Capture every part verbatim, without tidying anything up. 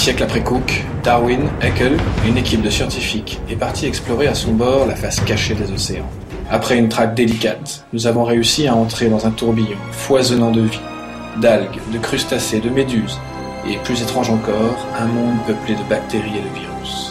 siècle après Cook, Darwin, Haeckel et une équipe de scientifiques est partie explorer à son bord la face cachée des océans. Après une traque délicate, nous avons réussi à entrer dans un tourbillon foisonnant de vie, d'algues, de crustacés, de méduses, et plus étrange encore, un monde peuplé de bactéries et de virus.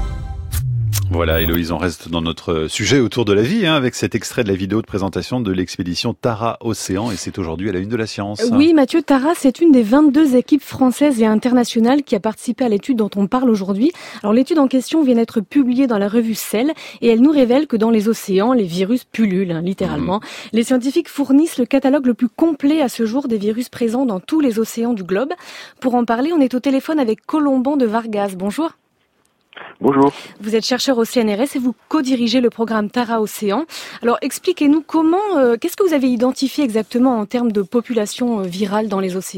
Voilà, Héloïse, on reste dans notre sujet autour de la vie, hein, avec cet extrait de la vidéo de présentation de l'expédition Tara Océan, et c'est aujourd'hui à la une de la science. Oui, Mathieu, Tara, c'est une des vingt-deux équipes françaises et internationales qui a participé à l'étude dont on parle aujourd'hui. Alors, l'étude en question vient d'être publiée dans la revue Cell, et elle nous révèle que dans les océans, les virus pullulent, hein, littéralement. Mmh. Les scientifiques fournissent le catalogue le plus complet à ce jour des virus présents dans tous les océans du globe. Pour en parler, on est au téléphone avec Colomban de Vargas. Bonjour. Bonjour. Vous êtes chercheur au C N R S et vous co-dirigez le programme Tara Océan. Alors expliquez-nous comment, euh, qu'est-ce que vous avez identifié exactement en termes de population euh, virale dans les océans ?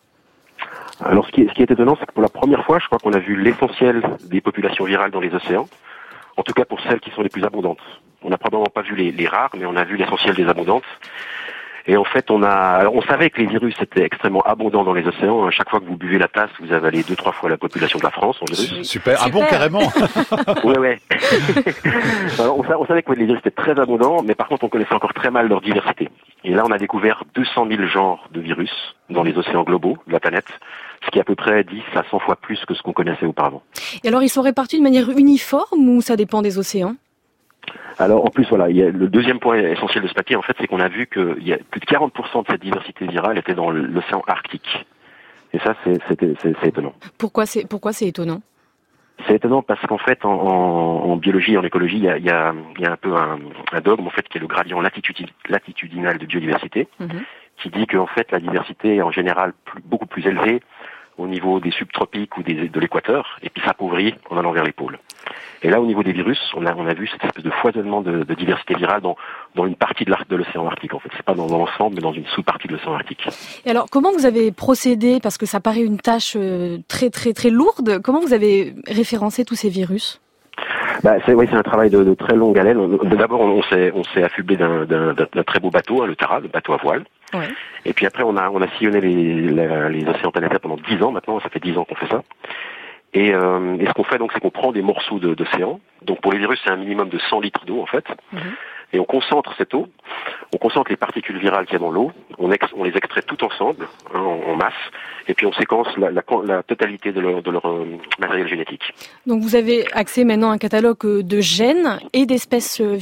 Alors ce qui est, ce qui est étonnant, c'est que pour la première fois, je crois qu'on a vu l'essentiel des populations virales dans les océans, en tout cas pour celles qui sont les plus abondantes. On n'a probablement pas vu les, les rares, mais on a vu l'essentiel des abondantes. Et en fait, on a, alors on savait que les virus étaient extrêmement abondants dans les océans. Chaque fois que vous buvez la tasse, vous avalez deux, trois fois la population de la France en virus. Super. Ah bon, carrément. Ouais, ouais. Alors, on, on savait que les virus étaient très abondants, mais par contre, on connaissait encore très mal leur diversité. Et là, on a découvert deux cent mille genres de virus dans les océans globaux de la planète, ce qui est à peu près dix à cent fois plus que ce qu'on connaissait auparavant. Et alors, ils sont répartis de manière uniforme ou ça dépend des océans ? Alors, en plus, voilà, il y a le deuxième point essentiel de ce papier, en fait, c'est qu'on a vu que il y a plus de quarante pour cent de cette diversité virale était dans l'océan Arctique. Et ça, c'est, c'est, c'est, c'est étonnant. Pourquoi c'est, pourquoi c'est étonnant ? C'est étonnant parce qu'en fait, en, en, en biologie et en écologie, il y a, il y a, il y a un peu un, un dogme, en fait, qui est le gradient latitudi- latitudinal de biodiversité, mmh. qui dit qu'en fait, la diversité est en général plus, beaucoup plus élevée au niveau des subtropiques ou des, de l'équateur, et puis s'appauvrit en allant vers les pôles. Et là, au niveau des virus, on a, on a vu cette espèce de foisonnement de, de diversité virale dans, dans une partie de, de l'océan Arctique. En fait, c'est pas dans, dans l'ensemble, mais dans une sous-partie de l'océan Arctique. Et alors, comment vous avez procédé, parce que ça paraît une tâche très, très, très lourde, comment vous avez référencé tous ces virus ? Bah, c'est, oui, c'est un travail de, de très longue haleine. D'abord, on, on s'est, on s'est affublé d'un, d'un, d'un très beau bateau, hein, le Tara, le bateau à voile. Ouais. Et puis après, on a, on a sillonné les, les, les océans planétaires pendant dix ans maintenant. Ça fait dix ans qu'on fait ça. Et, euh, et ce qu'on fait donc, c'est qu'on prend des morceaux de, d'océan. Donc pour les virus, c'est un minimum de cent litres d'eau en fait. Mmh. Et on concentre cette eau, on concentre les particules virales qu'il y a dans l'eau, on, ex, on les extrait toutes ensemble, hein, en, en masse, et puis on séquence la, la, la totalité de leur, de leur euh, matériel génétique. Donc vous avez accès maintenant à un catalogue de gènes et d'espèces virales ?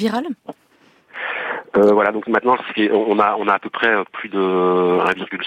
Euh, voilà, donc maintenant on a on a à peu près plus de un virgule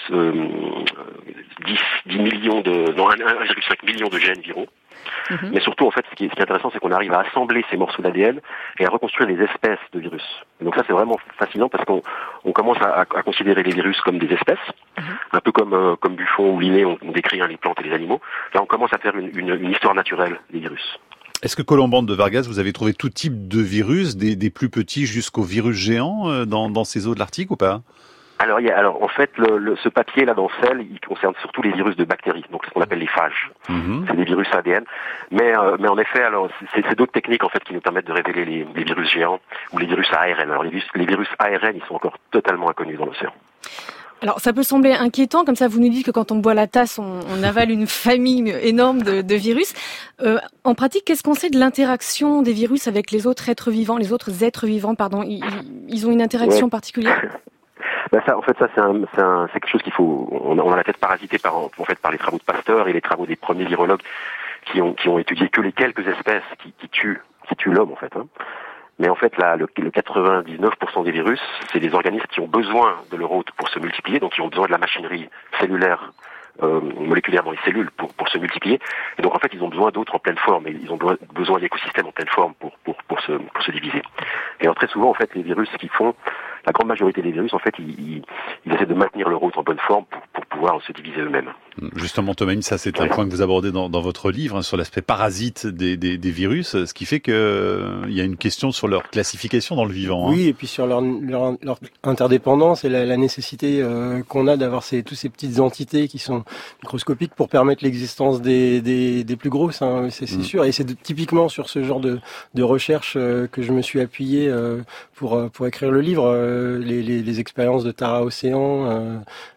dix millions de non un virgule cinq million de gènes viraux. Mm-hmm. Mais surtout en fait ce qui est, ce qui est intéressant c'est qu'on arrive à assembler ces morceaux d'A D N et à reconstruire les espèces de virus. Et donc ça c'est vraiment fascinant parce qu'on on commence à, à considérer les virus comme des espèces, mm-hmm. un peu comme euh, comme Buffon ou Linné on, on décrit hein, les plantes et les animaux. Là on commence à faire une, une, une histoire naturelle des virus. Est-ce que Colomban de Vargas, vous avez trouvé tout type de virus, des, des plus petits jusqu'aux virus géants euh, dans, dans ces eaux de l'Arctique ou pas ? Alors, il y a, alors en fait, le, le, ce papier là dans Cell, il concerne surtout les virus de bactéries, donc ce qu'on appelle les phages. Mm-hmm. C'est des virus A D N. Mais, euh, mais en effet, alors c'est, c'est d'autres techniques en fait qui nous permettent de révéler les, les virus géants ou les virus A R N. Alors les virus, les virus A R N, ils sont encore totalement inconnus dans l'océan. Alors, ça peut sembler inquiétant, comme ça vous nous dites que quand on boit la tasse, on, on avale une famille énorme de, de virus. Euh, en pratique, qu'est-ce qu'on sait de l'interaction des virus avec les autres êtres vivants, les autres êtres vivants, pardon, ils, ils ont une interaction ouais. particulière ? Ben ça, en fait, ça c'est, un, c'est, un, c'est quelque chose qu'il faut. On a, on a la tête parasitée par, en fait, par les travaux de Pasteur et les travaux des premiers virologues qui ont, qui ont étudié que les quelques espèces qui, qui tuent, qui tuent l'homme en fait. Hein. Mais en fait, là, le, le quatre-vingt-dix-neuf pour cent des virus, c'est des organismes qui ont besoin de leur hôte pour se multiplier, donc qui ont besoin de la machinerie cellulaire, euh, moléculaire dans les cellules pour, pour se multiplier. Et donc, en fait, ils ont besoin d'autres en pleine forme, et ils ont besoin d'écosystèmes en pleine forme pour, pour, pour, se, pour se diviser. Et alors, très souvent, en fait, les virus, ce qu'ils font, la grande majorité des virus, en fait, ils, ils, ils essaient de maintenir leur hôte en bonne forme pour, pour pouvoir se diviser eux-mêmes. Justement, Thomas, ça c'est un point que vous abordez dans, dans votre livre, hein, sur l'aspect parasite des, des, des virus, ce qui fait qu'il euh, y a une question sur leur classification dans le vivant. Hein. Oui, et puis sur leur, leur, leur interdépendance et la, la nécessité euh, qu'on a d'avoir ces, toutes ces petites entités qui sont microscopiques pour permettre l'existence des, des, des plus grosses, hein, c'est, c'est mmh. sûr. Et c'est de, typiquement sur ce genre de, de recherche euh, que je me suis appuyé euh, pour, pour écrire le livre. Euh, les, les, les expériences de Tara Océan, euh,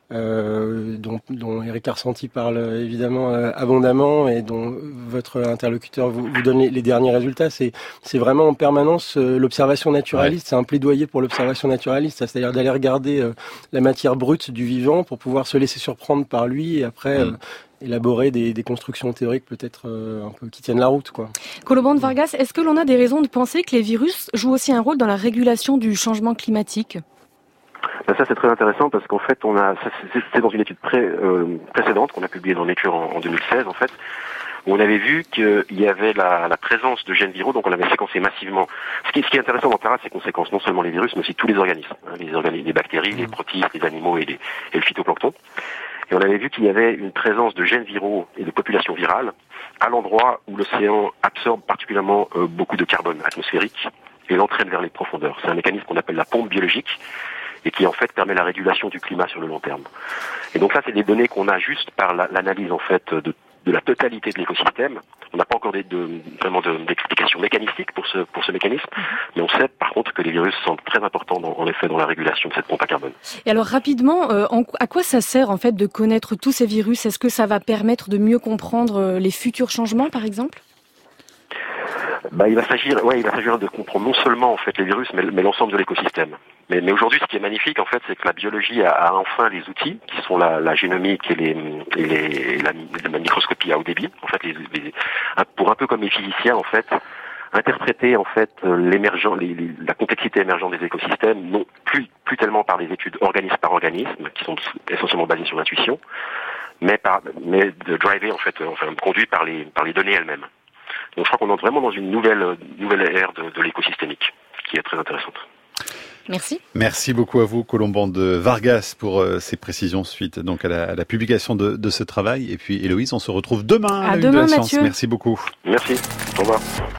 euh, dont, dont Éric Arsanti parle évidemment euh, abondamment et dont votre interlocuteur vous, vous donne les, les derniers résultats. C'est, c'est vraiment en permanence euh, l'observation naturaliste. Ouais. C'est un plaidoyer pour l'observation naturaliste, c'est-à-dire d'aller regarder euh, la matière brute du vivant pour pouvoir se laisser surprendre par lui et après mmh. euh, élaborer des, des constructions théoriques peut-être euh, un peu qui tiennent la route, quoi. Colomban de Vargas, est-ce que l'on a des raisons de penser que les virus jouent aussi un rôle dans la régulation du changement climatique ? Ben ça c'est très intéressant parce qu'en fait on a, ça, c'est dans une étude pré, euh, précédente qu'on a publiée dans Nature en, en deux mille seize en fait, où on avait vu qu'il y avait la, la présence de gènes viraux, donc on avait séquencé massivement. Ce qui, ce qui est intéressant dans Clara, c'est qu'on séquence non seulement les virus mais aussi tous les organismes, hein, les organismes, les bactéries, les protistes, les animaux et, les, et le phytoplancton. Et on avait vu qu'il y avait une présence de gènes viraux et de populations virales à l'endroit où l'océan absorbe particulièrement euh, beaucoup de carbone atmosphérique et l'entraîne vers les profondeurs. C'est un mécanisme qu'on appelle la pompe biologique et qui en fait permet la régulation du climat sur le long terme. Et donc là, c'est des données qu'on a juste par la, l'analyse en fait de, de la totalité de l'écosystème. On n'a pas encore des, de, vraiment de, d'explications mécanistiques pour ce, pour ce mécanisme, mais on sait par contre que les virus sont très importants dans, en effet dans la régulation de cette pompe à carbone. Et alors rapidement, euh, en, à quoi ça sert en fait de connaître tous ces virus ? Est-ce que ça va permettre de mieux comprendre les futurs changements par exemple ? Bah, il va s'agir, ouais, il va s'agir de comprendre non seulement en fait les virus, mais, mais l'ensemble de l'écosystème. Mais, mais aujourd'hui, ce qui est magnifique en fait, c'est que la biologie a, a enfin les outils qui sont la, la génomique et, les, et, les, et la, la microscopie à haut débit. En fait, les, les, pour un peu comme les physiciens en fait, interpréter en fait l'émergent, les, les, la complexité émergente des écosystèmes, non plus plus tellement par les études organisme par organisme, qui sont essentiellement basées sur l'intuition, mais par, mais de driver en fait, enfin conduit par les par les données elles-mêmes. Donc je crois qu'on entre vraiment dans une nouvelle, nouvelle ère de, de l'écosystémique, qui est très intéressante. Merci. Merci beaucoup à vous, Colomban de Vargas, pour euh, ces précisions suite donc à la, à la publication de, de ce travail. Et puis Héloïse, on se retrouve demain à, à la demain, Une de la Mathieu. Science. Merci beaucoup. Merci. Au revoir.